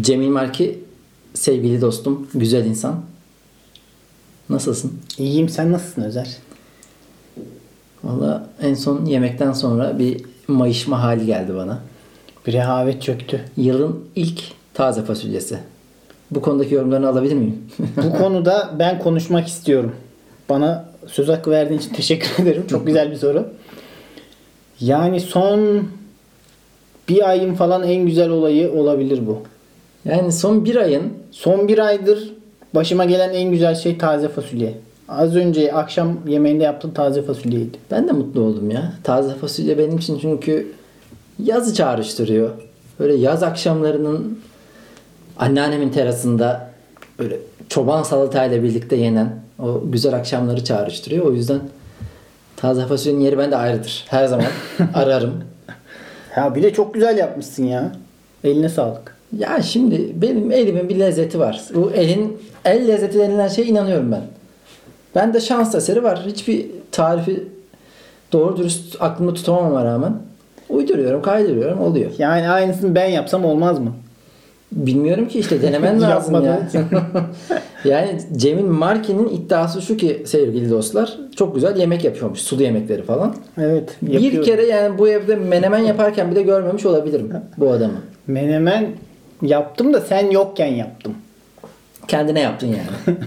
Cemil Marki, sevgili dostum, güzel insan. Nasılsın? İyiyim, sen nasılsın Özer? Valla en son yemekten sonra bir mayışma hali geldi bana. Bir rehavet çöktü. Yılın ilk taze fasulyesi. Bu konudaki yorumlarını alabilir miyim? Bu konuda ben konuşmak istiyorum. Bana söz hakkı verdiğin için teşekkür ederim. Çok güzel bir soru. Yani son bir ayın falan en güzel olayı olabilir bu. Yani son bir ayın Son bir aydır başıma gelen en güzel şey taze fasulye. Az önce akşam yemeğinde yaptığım taze fasulyeydi. ben de mutlu oldum ya. Taze fasulye benim için çünkü yazı çağrıştırıyor. Böyle yaz akşamlarının anneannemin terasında böyle çoban salatayla birlikte yenen o güzel akşamları çağrıştırıyor. O yüzden taze fasulyenin yeri bende ayrıdır. Her zaman ararım. Ya bir de çok güzel yapmışsın ya. Eline sağlık. Ya şimdi benim elimin bir lezzeti var. Bu el lezzeti denilen şeye inanıyorum ben. Bende şans eseri var. Hiçbir tarifi doğru dürüst aklımda tutamama rağmen uyduruyorum, kaydırıyorum, oluyor. Yani aynısını ben yapsam olmaz mı? Bilmiyorum ki işte denemen lazım ya. Yapmadığın için. Yani Cemil Marki'nin iddiası şu ki sevgili dostlar, çok güzel yemek yapıyormuş. Sulu yemekleri falan. Evet. Bir yapıyorum. kere yani bu evde menemen yaparken bile görmemiş olabilirim bu adamı. Menemen yaptım da sen yokken yaptım. Kendine yaptın yani.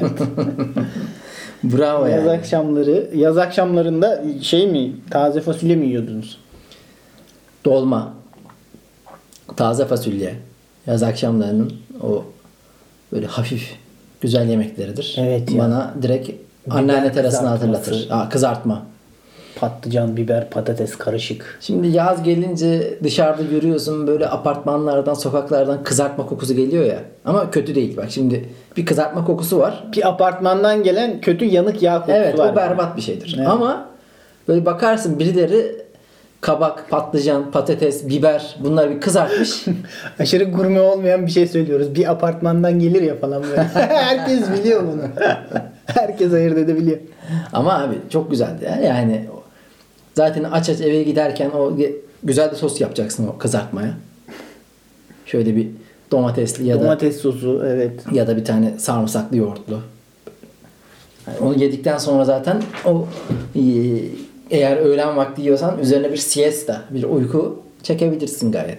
Bravo Yaz yani. yaz akşamlarında taze fasulye mi yiyordunuz? Dolma, taze fasulye, yaz akşamlarının o böyle hafif güzel yemekleridir. Evet ya. Bana direkt anneanne terasını kızartması. hatırlatır. Kızartma. Patlıcan, biber, patates karışık. Şimdi yaz gelince dışarıda görüyorsun böyle apartmanlardan, sokaklardan kızartma kokusu geliyor ya. Ama kötü değil. Bak şimdi bir kızartma kokusu var. Bir apartmandan gelen kötü yanık yağ kokusu Evet, var. o berbat bir şeydir. Evet. Ama böyle bakarsın birileri kabak, patlıcan, patates, biber bunları bir kızartmış. Aşırı gurme olmayan bir şey söylüyoruz. Bir apartmandan gelir ya falan böyle. Herkes biliyor bunu. Herkes ayırt edebiliyor. Ama abi çok güzeldi ya. Yani zaten aç eve giderken o güzel de sos yapacaksın o kızartmaya. Şöyle bir domatesli ya da Domates sosu, evet. ya da bir tane sarımsaklı yoğurtlu. Yani onu yedikten sonra zaten o eğer öğlen vakti yiyorsan üzerine bir siesta, bir uyku çekebilirsin gayet.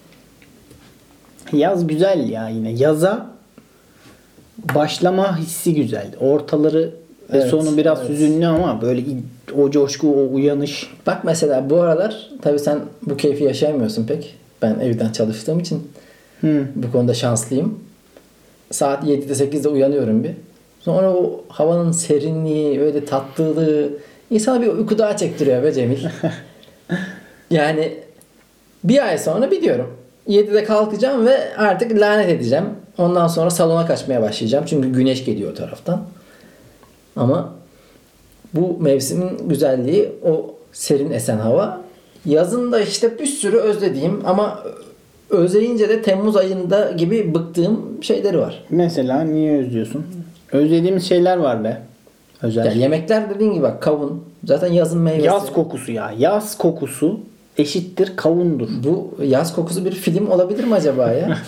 Yaz güzel ya yine. Yaza başlama hissi güzel. Ortaları ve Evet, sonu biraz evet. hüzünlü ama böyle o coşku, o uyanış. Bak mesela bu aralar tabii sen bu keyfi yaşayamıyorsun pek. Ben evden çalıştığım için bu konuda şanslıyım. Saat 7'de 8'de uyanıyorum bir. Sonra o havanın serinliği, öyle tatlılığı insana bir uyku daha çektiriyor be Cemil. Yani bir ay sonra biliyorum. 7'de kalkacağım ve artık lanet edeceğim. Ondan sonra salona kaçmaya başlayacağım. Çünkü güneş geliyor o taraftan. Ama bu mevsimin güzelliği o serin esen hava. Yazın da işte bir sürü özlediğim ama özleyince de Temmuz ayında gibi bıktığım şeyleri var. Mesela niye özlüyorsun? Özlediğimiz şeyler var be. Özel. Ya yemekler dediğin gibi bak kavun. Zaten yazın meyvesi. Yaz kokusu ya. Yaz kokusu eşittir kavundur. Bu yaz kokusu bir film olabilir mi acaba ya?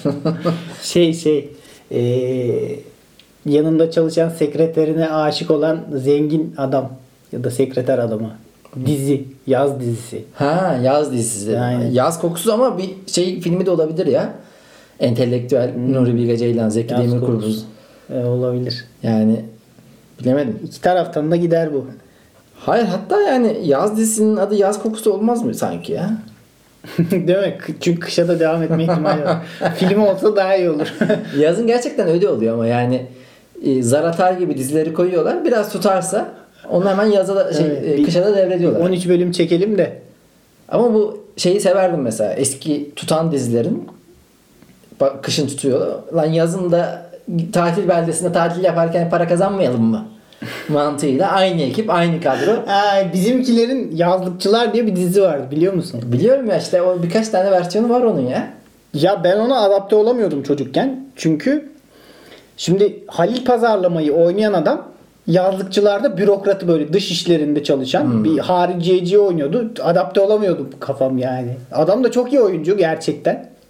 Yanında çalışan sekreterine aşık olan zengin adam ya da sekreter adamı. Dizi. Yaz dizisi. Ha, yaz dizisi. Yani. Yaz kokusu ama bir şey filmi de olabilir ya. Entelektüel Nuri Bilge Ceylan, Zeki Yaz Demirkubuz. kokusu. Olabilir. Yani bilemedim. İki taraftan da gider bu. Hayır hatta yani yaz dizisinin adı yaz kokusu olmaz mı sanki ya? Değil mi? Çünkü kışa da devam etme ihtimali var. Film olsa daha iyi olur. Yazın gerçekten öyle oluyor ama yani Zar Atar gibi dizileri koyuyorlar. Biraz tutarsa onu hemen yaza da Evet, kışa da devrediyorlar. 13 bölüm çekelim de. Ama bu şeyi severdim mesela. Eski tutan dizilerin bak, kışın tutuyor. Lan yazın da tatil beldesinde tatil yaparken para kazanmayalım mı? Mantığıyla aynı ekip, aynı kadro. Bizimkilerin Yazlıkçılar diye bir dizi vardı biliyor musun? Biliyorum ya işte o birkaç tane versiyonu var onun ya. Ya ben ona adapte olamıyordum çocukken. Çünkü şimdi Halil Pazarlamayı oynayan adam Yazlıkçılar'da bürokratı böyle dış işlerinde çalışan bir hariciyeci oynuyordu. Adapte olamıyordum kafam yani. Adam da çok iyi oyuncu gerçekten.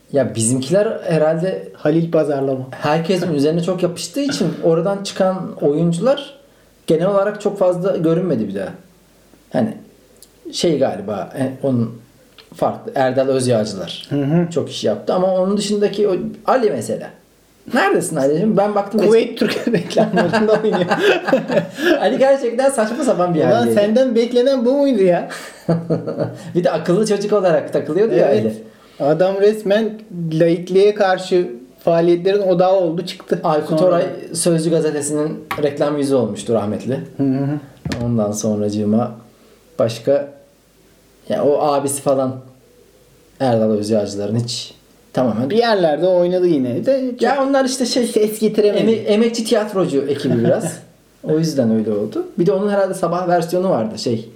Ya bizimkiler herhalde Halil pazarlama. herkesin üzerine çok yapıştığı için oradan çıkan oyuncular genel olarak çok fazla görünmedi bir daha. Hani şey galiba onun farklı Erdal Özyağcılar çok iş yaptı ama onun dışındaki o Ali mesela. Neredesin Ali'cim? Ben baktım. Kuveyt Türk reklamlarında oynuyor. Ali gerçekten saçma sapan bir Ulan haldeydi. senden beklenen bu muydu ya? Bir de akıllı çocuk olarak takılıyordu ya Ali. Adam resmen laikliğe karşı faaliyetlerin odağı oldu çıktı. Aykut Oray Sözcü gazetesinin reklam yüzü olmuştu rahmetli. Ondan sonracığıma başka ya o abisi falan Erdal Özyağcılar'ın hiç tamamen Bir yerlerde oynadı yine de. ya onlar işte ses getiremedi. Emekçi tiyatrocu ekibi biraz. O yüzden öyle oldu. Bir de onun herhalde sabah versiyonu vardı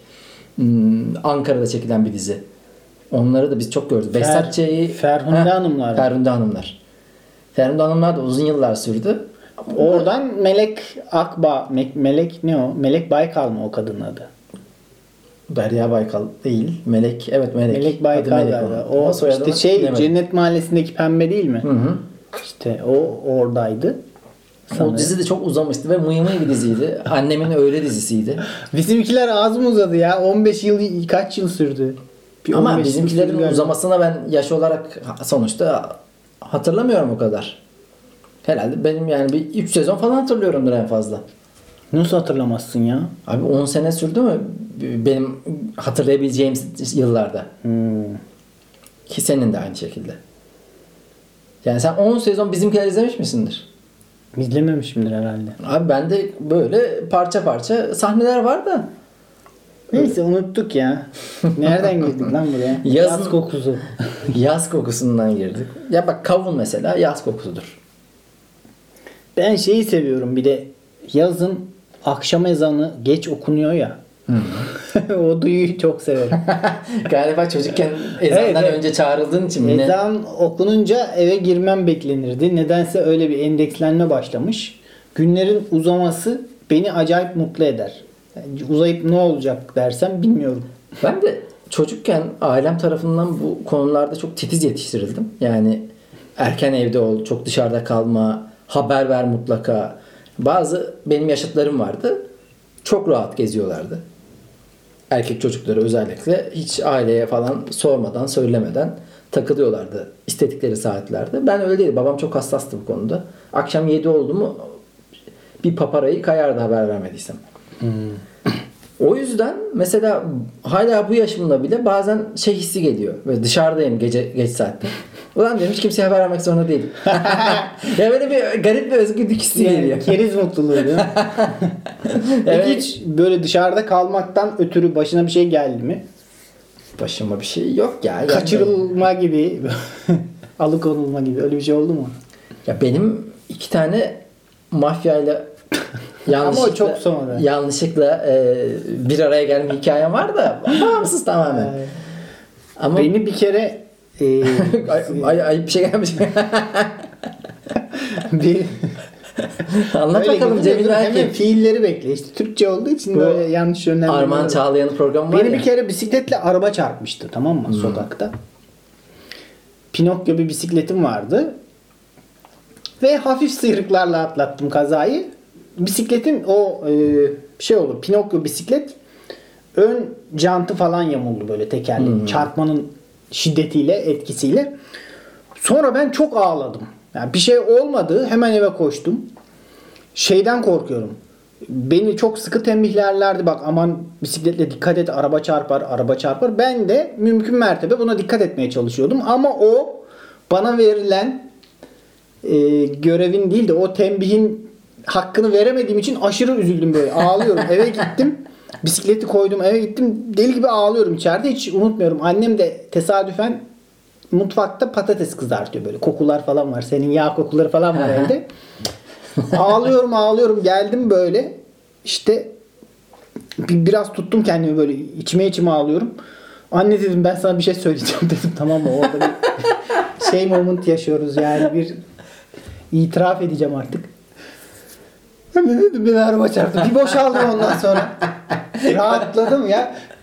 Ankara'da çekilen bir dizi. Onları da biz çok gördük. Behzat Ç'yi Ferhunde Hanımlar. Ferhunde Hanımlar. Ferhunde Hanımlar da uzun yıllar sürdü. Oradan Melek Akba, Melek ne o? Melek Baykal mı o kadının adı? Derya Baykal değil. Melek. Evet Melek. Melek Baykal Melek galiba. o. O Soyadını işte bilemedim. Cennet Mahallesi'ndeki pembe değil mi? Hı. İşte o oradaydı. O dizi de çok uzamıştı ve mıy mıy bir diziydi. Annemin öyle dizisiydi. Bizimkiler ağzım uzadı ya. 15 yıl kaç yıl sürdü? Ama 15 yıl bizimkilerin sürdü galiba. uzamasına ben yaş olarak sonuçta hatırlamıyorum o kadar. Herhalde benim yani bir 3 sezon falan hatırlıyorumdur en fazla. Nasıl hatırlamazsın ya? Abi 10 sene sürdü mü benim hatırlayabileceğim yıllarda. Ki senin de aynı şekilde. Yani sen 10 sezon bizimkiler izlemiş misindir? İzlememişimdir herhalde. Abi bende böyle parça parça sahneler var da. Neyse unuttuk ya. Nereden girdik lan buraya? Yaz kokusu. Yaz kokusundan girdik. Ya bak kavun mesela yaz kokusudur. Ben şeyi seviyorum bir de yazın akşam ezanı geç okunuyor ya. O duyuyu çok severim. Galiba çocukken ezandan Evet. önce çağrıldığın için mi? Ezan okununca eve girmem beklenirdi. Nedense öyle bir endekslenme başlamış. Günlerin uzaması beni acayip mutlu eder. Yani uzayıp ne olacak dersem bilmiyorum. Ben de çocukken ailem tarafından bu konularda çok titiz yetiştirildim. Yani erken evde ol, çok dışarıda kalma, haber ver mutlaka. Bazı benim yaşıtlarım vardı. Çok rahat geziyorlardı. Erkek çocukları özellikle hiç aileye falan sormadan, söylemeden takılıyorlardı istedikleri saatlerde. Ben öyle değildim. Babam çok hassastı bu konuda. Akşam 7 oldu mu bir paparayı kayardı haber vermediysem. O yüzden mesela hala bu yaşımda bile bazen şey hissi geliyor. Böyle dışarıdayım gece geç saatte. Ulan diyorum hiç kimseye haber vermek zorunda değilim. Ya böyle bir garip bir özgürlük hissi geliyor. Keriz mutluluğu değil mi? Evet. Peki hiç böyle dışarıda kalmaktan ötürü başına bir şey geldi mi? Başıma bir şey yok ya. Yani Kaçırılma gibi, alıkonulma gibi öyle bir şey oldu mu? ya benim 2 tane mafyayla Ama o çok sonra. yanlışlıkla bir araya gelme hikayem var da bağımsız tamamen. Ama Beni bir kere ayıp bir şey gelmiş. bir Anlat öyle bakalım gidince Cemil hemen belki. fiilleri bekle. İşte Türkçe olduğu için Bu böyle yanlış yönlendirmeler. Armağan Çağlayan'ın programı var Beni ya. bir kere bisikletle araba çarpmıştı, tamam mı, sokakta. Pinokyo bir bisikletim vardı. Ve hafif sıyrıklarla atlattım kazayı. Bisikletin o şey oldu. Pinokyo bisiklet ön jantı falan yamuldu böyle tekerleği. Çarpmanın şiddetiyle, etkisiyle. Sonra ben çok ağladım. Yani bir şey olmadı. Hemen eve koştum. Şeyden korkuyorum. Beni çok sıkı tembihlerlerdi. Bak aman bisikletle dikkat et, araba çarpar, araba çarpar. Ben de mümkün mertebe buna dikkat etmeye çalışıyordum. Ama o bana verilen görevin değil de o tembihin hakkını veremediğim için aşırı üzüldüm böyle. Ağlıyorum. Eve gittim. Bisikleti koydum, eve gittim. Deli gibi ağlıyorum içeride. Hiç unutmuyorum. Annem de tesadüfen mutfakta patates kızartıyor böyle. Kokular falan var. Senin yağ kokuları falan var evde. Ağlıyorum. Geldim böyle. İşte biraz tuttum kendimi böyle. İçime ağlıyorum. Anne dedim ben sana bir şey söyleyeceğim dedim. Tamam mı? Orada bir şey moment yaşıyoruz yani. Bir itiraf edeceğim artık. Anne dedim beni araba çarptı. Bir boşaldım ondan sonra. Rahatladım ya.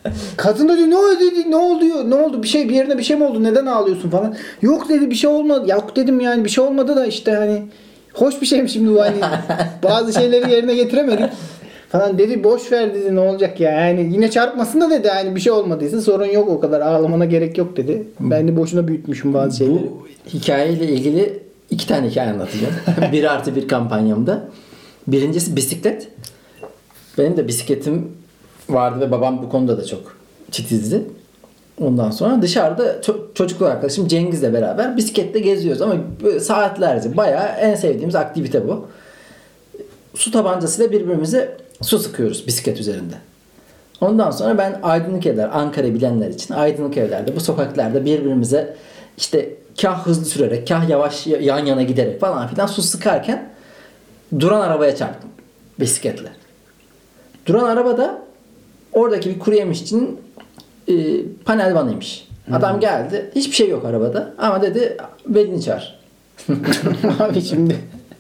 Kadın da diyor ne oldu dedi, ne oldu bir yerine bir şey mi oldu, neden ağlıyorsun falan. Yok dedi, bir şey olmadı. Yok dedim, yani bir şey olmadı da işte hani hoş bir şey mi şimdi bu, hani bazı şeyleri yerine getiremedik falan dedi. Boş ver dedi, ne olacak ya, yani yine çarpmasın da dedi, hani bir şey olmadıysa sorun yok, o kadar ağlamana gerek yok dedi. Ben de boşuna büyütmüşüm bazı şeyleri. Bu hikayeyle ilgili 2 tane hikaye anlatacağım. 1+1 kampanyamda. Birincisi bisiklet. Benim de bisikletim vardı ve babam bu konuda da çok titizdi. Ondan sonra dışarıda çocukluk arkadaşım Cengiz'le beraber bisikletle geziyoruz ama böyle saatlerce, bayağı en sevdiğimiz aktivite bu. Su tabancasıyla birbirimize su sıkıyoruz bisiklet üzerinde. Ondan sonra ben aydınlık evler, Ankara bilenler için aydınlık evlerde, bu sokaklarda birbirimize işte kah hızlı sürerek, kah yavaş yan yana giderek falan filan su sıkarken duran arabaya çarptım bisikletle. Duran arabada oradaki bir kuru yemişçinin panel vanıymış. Adam geldi. Hiçbir şey yok arabada. Ama dedi belini çağır. Abi şimdi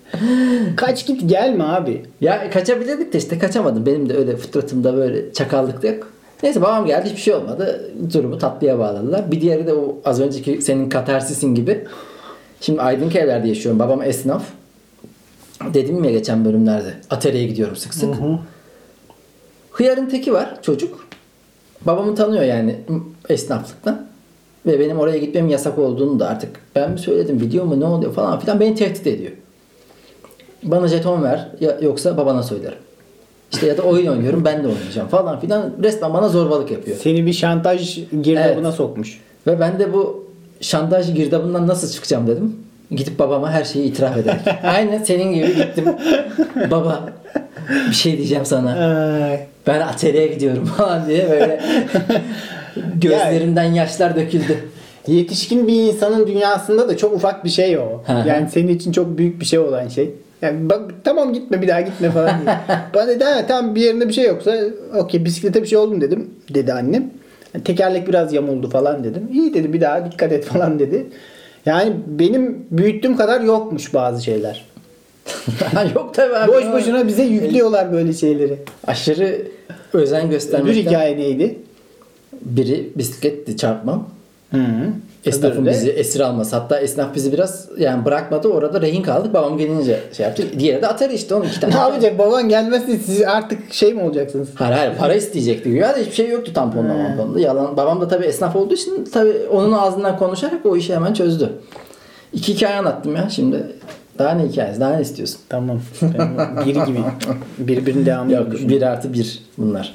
kaç git gelme abi. Ya kaçabilirdik de işte kaçamadım. Benim de öyle fıtratımda böyle çakallık da yok. Neyse babam geldi, hiçbir şey olmadı. Durumu tatlıya bağladılar. Bir diğeri de o az önceki senin katarsisin gibi. Şimdi aydınlık evlerde yaşıyorum. Babam esnaf. Dedim ya geçen bölümlerde. Atölyeye gidiyorum sık sık. Hı hı. Hıyarın teki var çocuk. Babamı tanıyor yani esnaflıktan. Ve benim oraya gitmem yasak olduğunu da artık ben mi söyledim, biliyor mu, ne oluyor falan filan, beni tehdit ediyor. Bana jeton ver yoksa babana söylerim. İşte ya da oyun oynuyorum, ben de oynayacağım falan filan, resmen bana zorbalık yapıyor. Seni bir şantaj girdabına sokmuş. Ve ben de bu şantaj girdabından nasıl çıkacağım dedim. Gidip babama her şeyi itiraf ederek. Aynen senin gibi gittim. Baba bir şey diyeceğim sana. Ben atölyeye gidiyorum falan diye böyle gözlerimden yaşlar döküldü. Yetişkin bir insanın dünyasında da çok ufak bir şey o. Yani senin için çok büyük bir şey olan şey. Yani bak tamam gitme, bir daha gitme falan diye. Bana dedi tamam, bir yerinde bir şey yoksa okey, bisiklete bir şey oldu mu dedim. Dedi annem. Yani tekerlek biraz yamuldu falan dedim. İyi dedi, bir daha dikkat et falan dedi. Yani benim büyüttüğüm kadar yokmuş bazı şeyler. Yok tabii abi. Boş boşuna bize yüklüyorlar böyle şeyleri. Aşırı özen göstermekten. Öbür hikaye neydi? Biri bisikletti, çarpmam. Esnafın bizi esir alması. Hatta esnaf bizi biraz yani bırakmadı. Orada rehin kaldık. Babam gelince şey yaptı. Diğeri de atarı işte, onun 2 tane. Ne yapacak? Baban gelmezse siz artık şey mi olacaksınız? Hayır para isteyecekti. Ya da hiçbir şey yoktu tamponda. Yalan. Babam da tabii esnaf olduğu için tabii onun ağzından konuşarak o işi hemen çözdü. 2 hikaye anlattım ya şimdi. Daha ne hikayesi? Daha ne istiyorsun? Tamam. Bir gibi. Birbirinin devamı. Yok. 1+1 bunlar.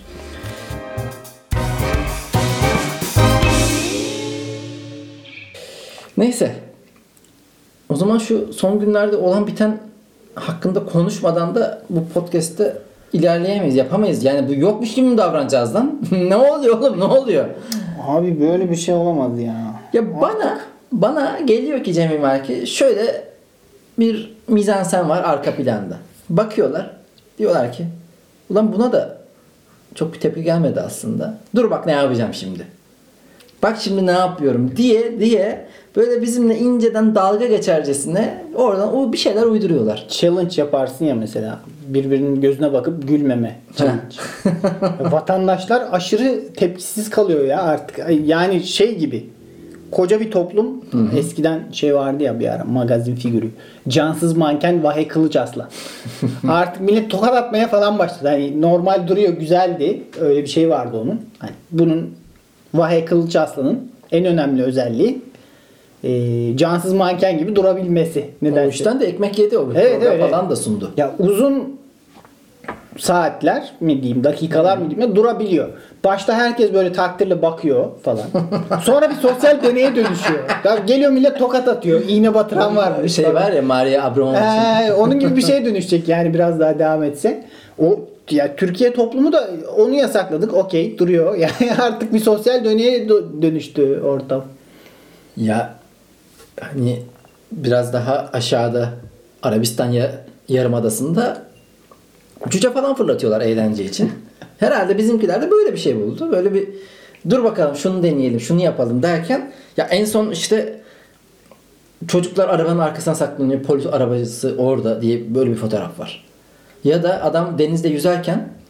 Neyse. O zaman şu son günlerde olan biten hakkında konuşmadan da bu podcast'te ilerleyemeyiz. Yapamayız. Yani bu yokmuş gibi mi davranacağız lan? Ne oluyor oğlum? Ne oluyor? Abi böyle bir şey olamaz ya. Ya bana geliyor ki Cemil Marki, şöyle bir mizansen var arka planda. Bakıyorlar. Diyorlar ki ulan buna da çok bir tepki gelmedi aslında. Dur bak ne yapacağım şimdi. Bak şimdi ne yapıyorum diye böyle bizimle inceden dalga geçercesine oradan o bir şeyler uyduruyorlar. Challenge yaparsın ya mesela. Birbirinin gözüne bakıp gülmeme challenge. Vatandaşlar aşırı tepkisiz kalıyor ya artık. Yani şey gibi. Koca bir toplum. Hı-hı. Eskiden şey vardı ya bir ara, magazin figürü. Cansız manken Vahe Kılıç Aslan. Artık millet tokat atmaya falan başladı. Yani normal duruyor, güzeldi. Öyle bir şey vardı onun. Hani bunun Vahe Kılıç Aslan'ın en önemli özelliği cansız manken gibi durabilmesi. O işten de ekmek yedi o. Evet. Falan da sundu. Ya uzun saatler mi diyeyim, dakikalar mı diyeyim, durabiliyor. Başta herkes böyle takdirle bakıyor falan. Sonra bir sosyal deneye dönüşüyor. Ya geliyor millet tokat atıyor. İğne batıran var. Bir şey falan var ya, Maria Abramovic. Onun gibi bir şey dönüşecek yani biraz daha devam etse. O ya Türkiye toplumu da onu yasakladık. Okey duruyor. Yani artık bir sosyal deneye dönüştü ortam. Ya hani biraz daha aşağıda Arabistan Yarımadası'nda cüce falan fırlatıyorlar eğlence için. Herhalde bizimkiler de böyle bir şey buldu. Böyle bir dur bakalım şunu deneyelim, şunu yapalım derken ya en son işte çocuklar arabanın arkasına saklanıyor. Polis arabacısı orada diye böyle bir fotoğraf var. Ya da adam denizde yüzerken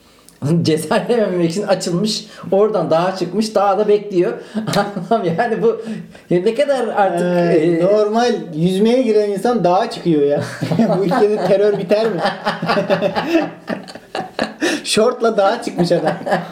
Ceza yememek için açılmış. Oradan dağa çıkmış. Dağda bekliyor. Anlam yani bu ne kadar artık normal yüzmeye giren insan dağa çıkıyor ya. Bu ülkede terör biter mi? Şortla dağa çıkmış adam.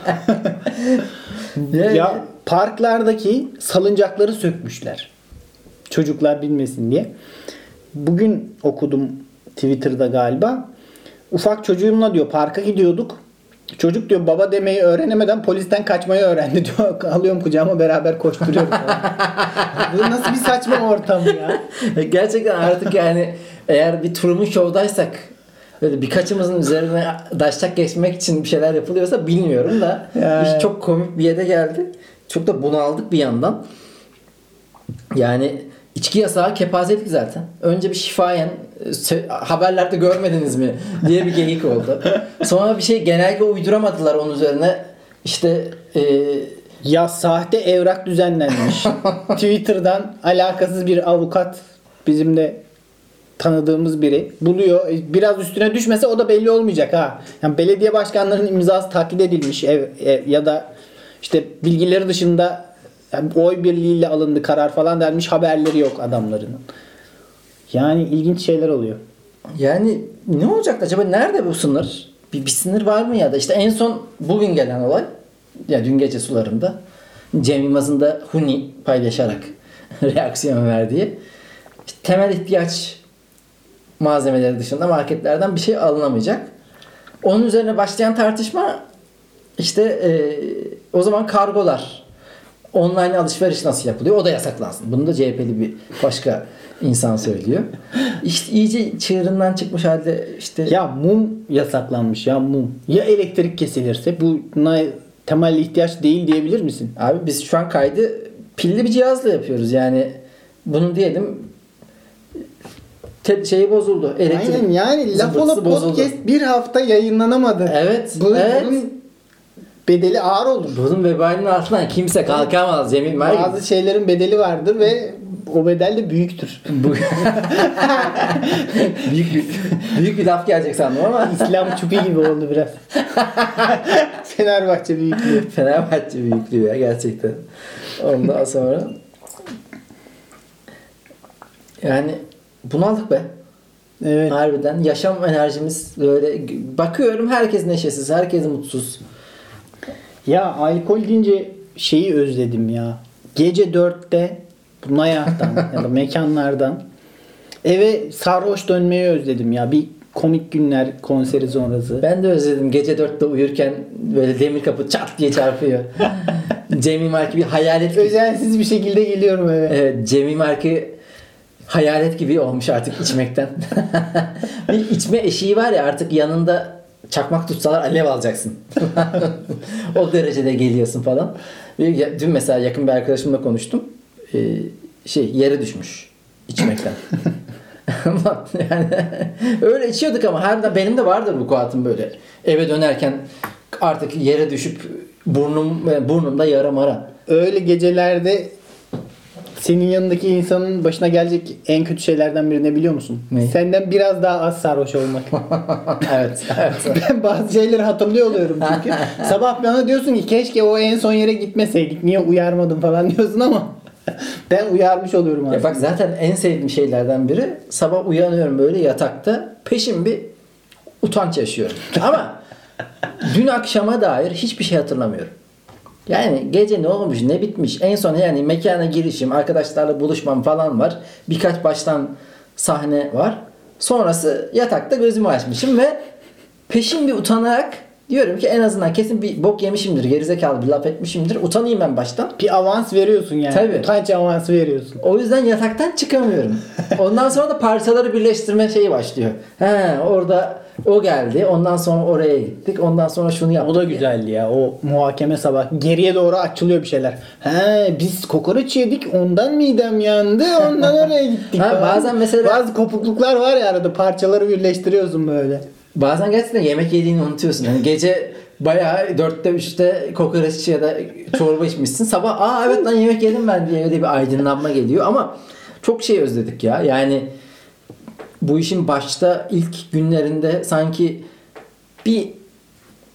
Ya parklardaki salıncakları sökmüşler. Çocuklar bilmesin diye. Bugün okudum Twitter'da galiba. Ufak çocuğumla diyor parka gidiyorduk. Çocuk diyor baba demeyi öğrenemeden polisten kaçmayı öğrendi diyor. Alıyorum kucağıma beraber koşturuyorum. Bu nasıl bir saçma ortam ya? Gerçekten artık yani eğer bir Truman Show'daysak böyle birkaçımızın üzerine daştak geçmek için bir şeyler yapılıyorsa bilmiyorum da iş çok komik bir yere geldi. Çok da bunaldık bir yandan. Yani içki yasağı kepazelik zaten. Önce bir şifayen haberlerde görmediniz mi diye bir geyik oldu. Sonra bir şey genelge uyduramadılar onun üzerine. İşte ya sahte evrak düzenlenmiş. Twitter'dan alakasız bir avukat bizim de tanıdığımız biri buluyor. Biraz üstüne düşmese o da belli olmayacak ha. Yani belediye başkanlarının imzası taklit edilmiş ya da işte bilgileri dışında yani oy birliğiyle alındı karar falan denmiş, haberleri yok adamların. Yani ilginç şeyler oluyor. Yani ne olacak acaba? Nerede bu sınır? Bir sınır var mı ya da işte en son bugün gelen olay ya dün gece sularında Cem Yılmaz'ın da Huni paylaşarak reaksiyon verdiği işte temel ihtiyaç malzemeleri dışında marketlerden bir şey alınamayacak. Onun üzerine başlayan tartışma işte o zaman kargolar online alışveriş nasıl yapılıyor? O da yasaklansın. Bunu da CHP'li bir başka insan söylüyor. İşte iyice çığırından çıkmış halde işte. Ya mum yasaklanmış ya mum. Ya elektrik kesilirse buna temel ihtiyaç değil diyebilir misin? Abi biz şu an kaydı pilli bir cihazla yapıyoruz. Yani bunu diyelim şeyi bozuldu. Elektrik. Aynen yani laf olup podcast bir hafta yayınlanamadı. Evet. Bunun bedeli ağır olur. Bunun vebalinin altından kimse kalkamaz. Cemil bazı şeylerin bedeli vardır ve o bedel de büyüktür. büyük bir laf gelecek sandım ama. İslam çupi gibi oldu biraz. Fenerbahçe büyüklüğü. Fenerbahçe büyüklüğü ya gerçekten. Ondan sonra yani bunaldık be. Evet. Harbiden yaşam enerjimiz böyle bakıyorum herkes neşesiz, herkes mutsuz. Ya alkol deyince şeyi özledim ya. Gece 4'te bu Nayah'tan ya da mekanlardan eve sarhoş dönmeyi özledim ya. Bir komik günler konseri sonrası. Ben de özledim. Gece 4'te uyurken böyle demir kapı çat diye çarpıyor. Cemil Marki bir hayalet gibi. Özensiz bir şekilde geliyorum eve. Evet, Cemil Marki hayalet gibi olmuş artık içmekten. Bir içme eşiği var ya artık yanında çakmak tutsalar alev alacaksın. O derecede geliyorsun falan. Dün mesela yakın bir arkadaşımla konuştum. Yere düşmüş içmekten. Yani öyle içiyorduk ama harbiden benim de vardır bu kuatım böyle. Eve dönerken artık yere düşüp burnumda yara mara. Öyle gecelerde senin yanındaki insanın başına gelecek en kötü şeylerden biri ne biliyor musun? Ne? Senden biraz daha az sarhoş olmak. Evet. Ben bazı şeyleri hatırlıyor oluyorum çünkü. Sabah bana diyorsun ki keşke o en son yere gitmeseydik. Niye uyarmadın falan diyorsun ama ben uyarmış oluyorum aslında. Ya bak zaten en sevdiğim şeylerden biri sabah uyanıyorum böyle yatakta peşin bir utanç yaşıyorum. Ama dün akşama dair hiçbir şey hatırlamıyorum. Yani gece ne olmuş ne bitmiş en son yani mekana girişim arkadaşlarla buluşmam falan var. Birkaç baştan sahne var. Sonrası yatakta gözümü açmışım ve peşin bir utanarak diyorum ki en azından kesin bir bok yemişimdir. Gerizekalı bir laf etmişimdir. Utanayım ben baştan. Bir avans veriyorsun yani. Tabii. Utanç avansı veriyorsun. O yüzden yataktan çıkamıyorum. Ondan sonra da parçaları birleştirme şeyi başlıyor. Orada o geldi. Ondan sonra oraya gittik. Ondan sonra şunu yaptık. O da güzeldi ya. O muhakeme sabah. Geriye doğru açılıyor bir şeyler. Biz kokoreç yedik. Ondan midem yandı. Ondan oraya gittik. Bazen mesela bazı kopukluklar var ya arada. Parçaları birleştiriyorsun böyle. Bazen gerçekten yemek yediğini unutuyorsun. Yani gece bayağı 4'te 3'te kokoreç ya da çorba içmişsin. Sabah evet lan yemek yedim ben diye öyle bir aydınlanma geliyor. Ama çok şey özledik ya. Yani bu işin başta ilk günlerinde sanki bir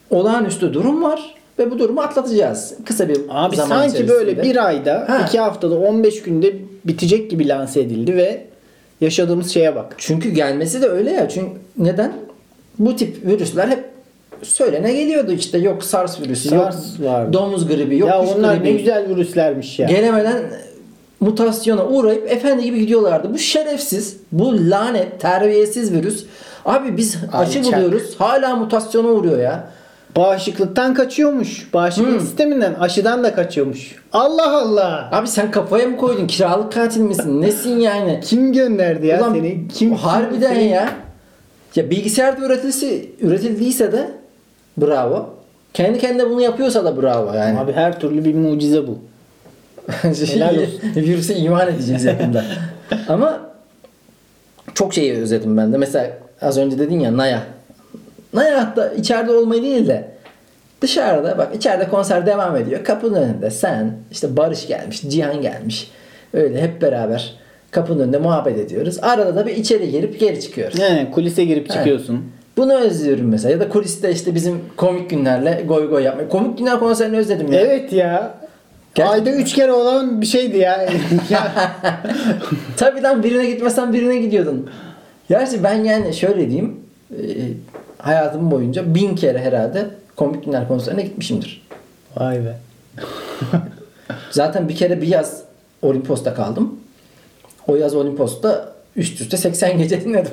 olağanüstü durum var ve bu durumu atlatacağız. Kısa bir Abi zaman sanki içerisinde. böyle bir ayda, 2 haftada, 15 günde bitecek gibi lanse edildi ve yaşadığımız şeye bak. Çünkü gelmesi de öyle ya. Çünkü neden? Bu tip virüsler hep söylene geliyordu işte. Yok SARS virüsü, SARS yok vardı. domuz gribi, yok Ya kuş onlar gribi. ne güzel virüslermiş ya. Gelemeden mutasyona uğrayıp efendi gibi gidiyorlardı. Bu şerefsiz, bu lanet, terbiyesiz virüs. Abi biz aşı Alçak. buluyoruz. Hala mutasyona uğruyor ya. Bağışıklıktan kaçıyormuş. Bağışıklık sisteminden, aşıdan da kaçıyormuş. Allah Allah. Abi sen kafaya mı koydun? Kiralık katil misin? Nesin yani? Kim gönderdi ya Ulan seni? Kim harbiden seni- ya. Ya bilgisayarda üretildiyse de bravo. Kendi kendine bunu yapıyorsa da bravo yani. Abi her türlü bir mucize bu. Helal olsun. Virüse iman edeceğiz yakında. Ama çok şeyi özledim ben de. Mesela az önce dedin ya Naya. Naya hatta içeride olmayı değil de dışarıda bak içeride konser devam ediyor. Kapının önünde sen işte Barış gelmiş, Cihan gelmiş. Öyle hep beraber kapının önünde muhabbet ediyoruz. Arada da bir içeri girip geri çıkıyoruz. Yani kulise girip çıkıyorsun. Bunu özlüyorum mesela. Ya da kuliste işte bizim komik günlerle goy goy yapmayı. Komik günler konserini özledim ya. Evet ya. Gerçekten. Ayda 3 kere olan bir şeydi ya. Tabii lan birine gitmesen birine gidiyordun. Gerçi ben yani şöyle diyeyim. Hayatım boyunca 1000 kere herhalde komik günler konserine gitmişimdir. Vay be. Zaten bir kere bir yaz Olimpos'ta kaldım. O yaz Olimpos'ta üst üste 80 gece dinledim.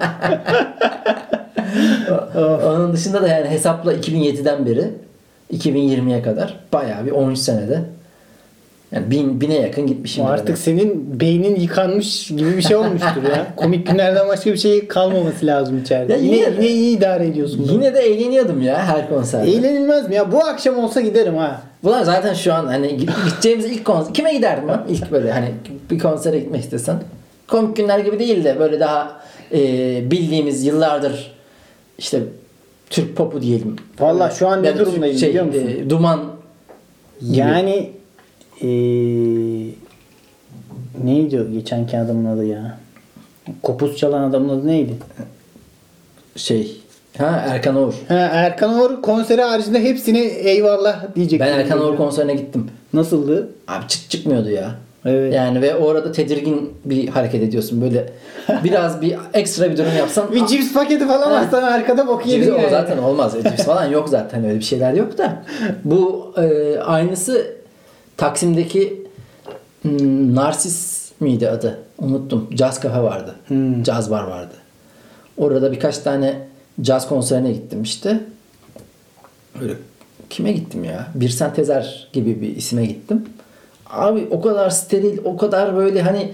Onun dışında da yani hesapla 2007'den beri 2020'ye kadar bayağı bir 13 senede yani bine yakın gitmişim. O artık senin beynin yıkanmış gibi bir şey olmuştur ya. Komik günlerden başka bir şey kalmaması lazım içeride. Ya Yine iyi idare ediyorsun. Yine de eğleniyordum ya her konserde. Eğlenilmez mi ya? Bu akşam olsa giderim ha. Ulan zaten şu an hani gideceğimiz ilk konser kime giderdim ben? İlk böyle hani bir konsere gitmek istesen. Komik günler gibi değil de böyle daha bildiğimiz yıllardır işte Türk popu diyelim. Valla şu an ne Ya da durumdayım biliyor musun? Duman gibi. Yani neydi o geçenki adamın adı ya? Kopuz çalan adamın adı neydi? Erkan Oğur. Erkan Oğur konseri haricinde hepsine eyvallah diyecek. Ben Erkan Oğur konserine gittim. Nasıldı? Abi çıkmıyordu ya. Evet. Yani ve o arada tedirgin bir hareket ediyorsun. Böyle biraz bir ekstra bir durum yapsan. Bir cips paketi falan atsan arkada bok yedin Cips o yani. zaten olmaz. Cips falan yok zaten. Öyle bir şeyler yok da. Bu aynısı Taksim'deki Narsis miydi adı? Unuttum. Caz kafe vardı. Caz bar vardı. Orada birkaç tane caz konserine gittim işte. Öyle kime gittim ya? Birsen Tezer gibi bir isime gittim. Abi o kadar steril, o kadar böyle hani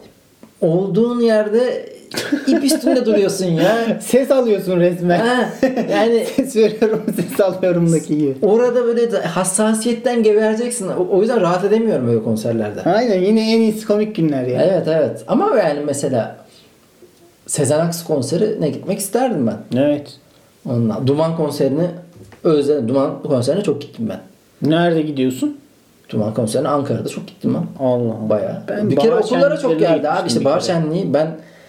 olduğun yerde ip üstünde duruyorsun ya. Ses alıyorsun resmen. Ha, yani Ses veriyorum, ses alıyorumdaki gibi. orada böyle hassasiyetten gebereceksin. O yüzden rahat edemiyorum böyle konserlerde. Aynen yine en iyisi komik günler ya. Evet evet. Ama yani mesela Sezen Aksu konserine gitmek isterdim ben. Evet. Ondan. Duman konserini özledim. Duman konserine çok gittim ben. Nerede gidiyorsun? Duman konserine Ankara'da çok gittim ben. Allah Allah. Bayağı. Ben Bir kere bahar okullara çok şenliklerine geldi abi. gitmiştim İşte bir bahar kere. şenliği ben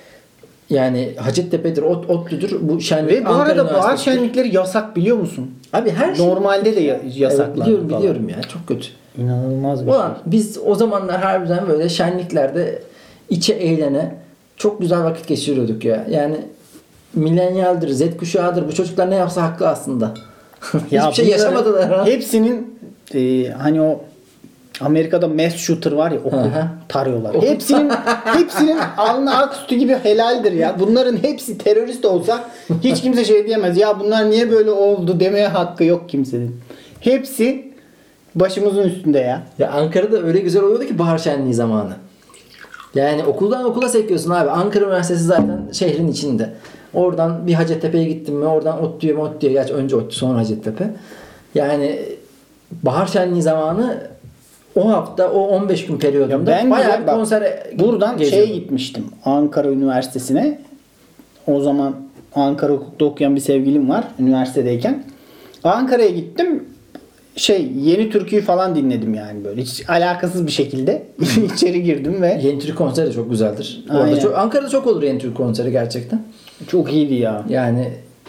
yani Hacettepe'dir, ODTÜ'dür bu şenlik. Ve bu Ankara arada bahar Üniversitesi'dir. şenlikleri yasak biliyor musun? Abi her şey. Normalde de yasaklar. Evet, biliyorum falan. biliyorum ya. Çok kötü. İnanılmaz bir Ulan biz o zamanlar harbiden böyle şenliklerde içe eğlene çok güzel vakit geçiriyorduk ya. Yani milenyaldir, Z kuşağıdır. Bu çocuklar ne yapsa haklı aslında. Ya Hiçbir şey bunların yaşamadılar ha. Hepsinin hani o Amerika'da mass shooter var ya okul Hı hı. tarıyorlar. Okul. Hepsinin alnı ak sütü gibi helaldir ya. Bunların hepsi terörist olsa hiç kimse şey diyemez. Ya bunlar niye böyle oldu demeye hakkı yok kimsenin. Hepsi başımızın üstünde ya. Ya Ankara'da öyle güzel oluyordu ki bahar şenliği zamanı. Yani okuldan okula sekiyorsun abi. Ankara Üniversitesi zaten şehrin içinde. Oradan bir Hacettepe'ye gittim mi? Oradan ODTÜ'ye. Gerçi önce ODTÜ sonra Hacettepe. Yani bahar şenliği zamanı o hafta o 15 gün periyodunda Ben bayağı bile bir bak, konsere buradan geziyordum. gitmiştim. Ankara Üniversitesi'ne. O zaman Ankara Hukuk'ta okuyan bir sevgilim var üniversitedeyken. Ankara'ya gittim. Yeni türküyü falan dinledim yani böyle. Hiç alakasız bir şekilde içeri girdim ve Yeni Türk konseri de çok güzeldir. Aynen. Orada Ankara'da çok olur Yeni Türk konseri gerçekten. çok iyiydi ya. Yani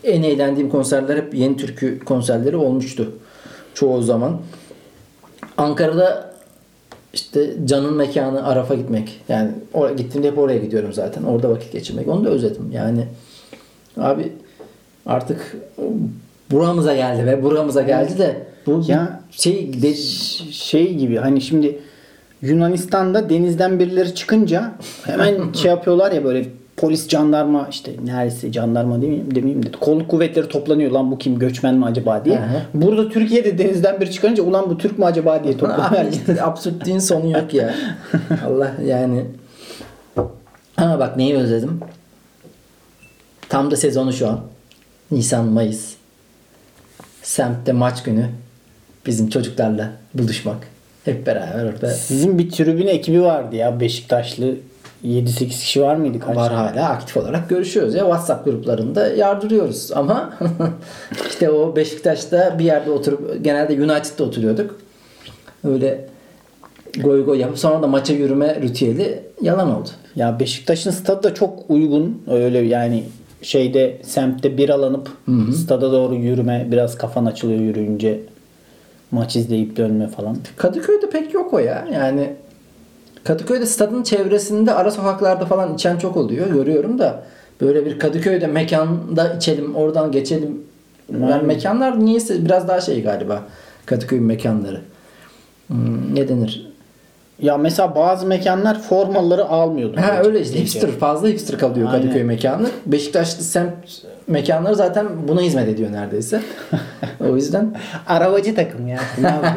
en eğlendiğim konserler hep yeni türkü konserleri olmuştu. Çoğu zaman. Ankara'da işte Can'ın mekanı Araf'a gitmek. Yani gittiğimde hep oraya gidiyorum zaten. Orada vakit geçirmek. Onu da özledim. Yani abi artık buramıza geldi ve buramıza geldi de bu ya şey gibi hani şimdi Yunanistan'da denizden birileri çıkınca hemen şey yapıyorlar ya böyle polis, jandarma işte neredeyse jandarma demeyeyim de kolluk kuvvetleri toplanıyor lan bu kim göçmen mi acaba diye. Hı-hı. Burada Türkiye'de denizden biri çıkınca ulan bu Türk mü acaba diye toplanıyor. İşte absürtlüğün sonu yok ya. Allah yani. Ama bak neyi özledim? Tam da sezonu şu an. Nisan, Mayıs. Semtte maç günü. Bizim çocuklarla buluşmak. Hep beraber orada. Sizin bir tribün ekibi vardı ya Beşiktaşlı. 7-8 kişi var mıydı? Kaç? Var hala aktif olarak görüşüyoruz ya. WhatsApp gruplarında yardırıyoruz. Ama işte o Beşiktaş'ta bir yerde oturup genelde United'da oturuyorduk. Öyle goy goy yapıp sonra da maça yürüme ritüeli yalan oldu. Ya Beşiktaş'ın stadı da çok uygun. Öyle yani şeyde semtte biralanıp stada doğru yürüme, biraz kafan açılıyor yürüyünce. Maç izleyip dönme falan. Kadıköy'de pek yok o ya. Yani Kadıköy'de stadın çevresinde ara sokaklarda falan içen çok oluyor. Görüyorum da böyle bir Kadıköy'de mekanda içelim, oradan geçelim. Yani mekanlar niyeyse biraz daha şey galiba. Kadıköy'ün mekanları. Ne denir? Ya mesela bazı mekanlar formaları almıyordu. Ha öyle işte hipster, fazla hipster kalıyor Aynen. Kadıköy mekanı. Beşiktaşlı semt mekanları zaten buna hizmet ediyor neredeyse. O yüzden arabacı takım ya. Ne yapıyor?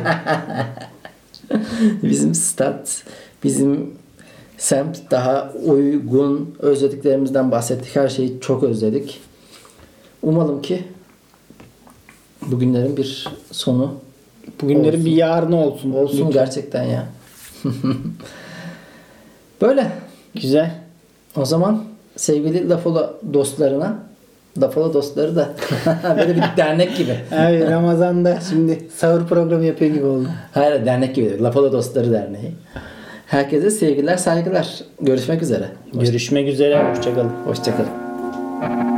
bizim stat, bizim semt daha uygun. Özlediklerimizden bahsettik. Her şeyi çok özledik. Umalım ki bugünlerin bir sonu Bugünlerin olsun. bir yarını olsun. Olsun lütfen. gerçekten ya. Böyle. Güzel. O zaman sevgili Lafolo dostlarına, Lafolo dostları da böyle bir dernek gibi. Abi Ramazan'da şimdi sahur programı yapıyor gibi oldu. Hayır dernek gibi. Lafolo Dostları Derneği. Herkese sevgiler, saygılar. Görüşmek üzere. Görüşmek üzere. Hoşçakalın. Hoşçakalın.